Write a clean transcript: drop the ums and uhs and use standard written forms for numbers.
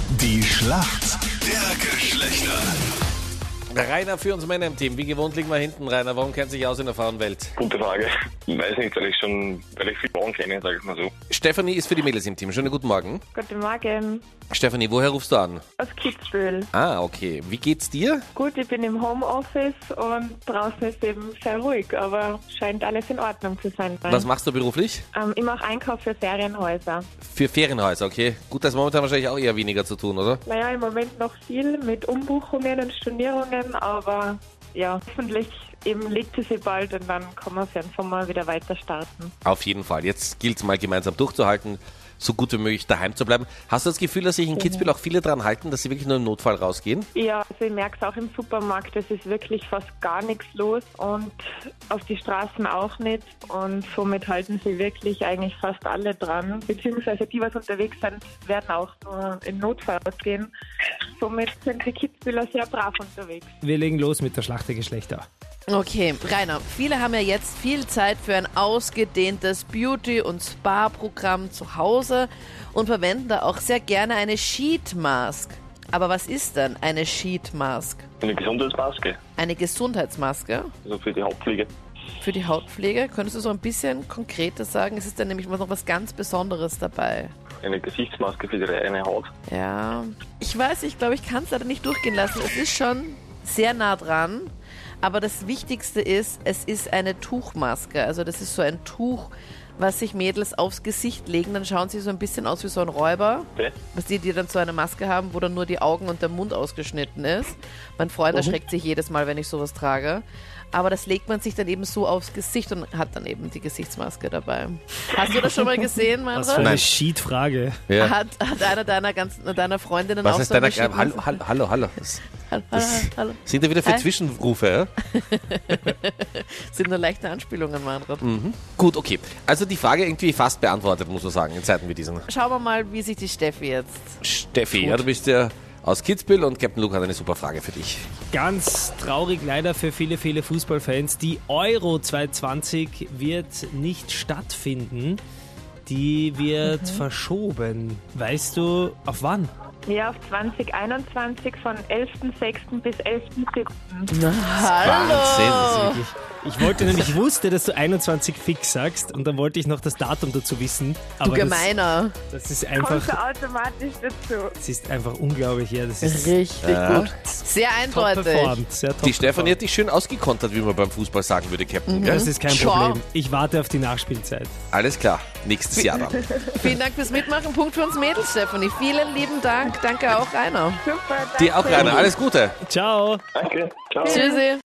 Die Schlacht der Geschlechter. Rainer für uns Männer im Team. Wie gewohnt liegen wir hinten, Rainer. Warum kennt sich aus in der Frauenwelt? Gute Frage. Ich weiß nicht, weil ich viele Frauen kenne, sage ich mal so. Stefanie ist für die Mädels im Team. Schönen guten Morgen. Guten Morgen, Stefanie, woher rufst du an? aus Kitzbühel. Ah, okay. Wie geht's dir? Gut, ich bin im Homeoffice und draußen ist eben sehr ruhig, aber scheint alles in Ordnung zu sein. Was machst du beruflich? Ich mache Einkauf für Ferienhäuser. Für Ferienhäuser, okay. Gut, das ist momentan wahrscheinlich auch eher weniger zu tun, oder? Naja, im Moment noch viel mit Umbuchungen und Stornierungen, aber ja, hoffentlich eben legt sie sich bald und dann kann man für den Sommer wieder weiter starten. Auf jeden Fall. Jetzt gilt es mal gemeinsam durchzuhalten, so gut wie möglich daheim zu bleiben. Hast du das Gefühl, dass sich in Kitzbühel auch viele daran halten, dass sie wirklich nur im Notfall rausgehen? Ja, also ich merke es auch im Supermarkt, es ist wirklich fast gar nichts los und auf die Straßen auch nicht und somit halten sie wirklich eigentlich fast alle dran, beziehungsweise die, was unterwegs sind, werden auch nur im Notfall rausgehen. Somit sind die Kitzbühler sehr brav unterwegs. Wir legen los mit der Schlacht der Geschlechter. Okay, Rainer, viele haben ja jetzt viel Zeit für ein ausgedehntes Beauty- und Spa-Programm zu Hause und verwenden da auch sehr gerne eine Sheet Mask. Aber was ist denn eine Sheet Mask? Eine Gesundheitsmaske, Eine Gesundheitsmaske also für die Hautpflege. für die Hautpflege. Könntest du so ein bisschen konkreter sagen? Es ist da nämlich noch was ganz Besonderes dabei. Eine Gesichtsmaske für die reine Haut. Ja, ich weiß, ich glaube, ich kann es leider nicht durchgehen lassen. Es ist schon sehr nah dran. Aber das Wichtigste ist, es ist eine Tuchmaske. Also das ist so ein Tuch, was sich Mädels aufs Gesicht legen. Dann schauen sie so ein bisschen aus wie so ein Räuber. Okay. Was die dann so eine Maske haben, wo dann nur die Augen und der Mund ausgeschnitten ist. Mein Freund erschreckt sich jedes Mal, wenn ich sowas trage. Aber das legt man sich dann eben so aufs Gesicht und hat dann eben die Gesichtsmaske dabei. Hast du das schon mal gesehen, Was für Manfred? eine Sheet-Frage. Ja. Hat einer deiner Freundinnen Was auch ist so eine deiner... Sheetmaske? Hallo. Hallo. Sind da wieder für Hi. Zwischenrufe, ja? Sind nur leichte Anspielungen, Manfred. Gut, okay. Also die Frage irgendwie fast beantwortet, muss man sagen, in Zeiten wie diesen. Schauen wir mal, wie sich die Steffi jetzt... Steffi, ja, du bist ja aus Kitzbühel und Captain Luke hat eine super Frage für dich. Ganz traurig leider für viele Fußballfans. Die Euro 2020 wird nicht stattfinden. Die wird verschoben. Weißt du, auf wann? Ja, auf 2021 von 11.06. bis 11.07. Hallo! Ich wollte nämlich, ich wusste, dass du 21 fix sagst und dann wollte ich noch das Datum dazu wissen. Du Aber Gemeiner. das ist Kommt einfach, so automatisch dazu. das ist einfach unglaublich. Ja, das ist Richtig gut. Sehr top eindeutig. performt. Sehr top Die Stefanie performt. hat dich schön ausgekontert, wie man beim Fußball sagen würde, Captain. Gell? Das ist kein Ciao. Problem. Ich warte auf die Nachspielzeit. Alles klar, nächstes Jahr dann. Vielen Dank fürs Mitmachen. Punkt für uns Mädels, Stefanie. Vielen lieben Dank. Danke auch, Rainer. Super, danke. Dir auch, Rainer. Alles Gute. Ciao. Danke, ciao. Tschüssi.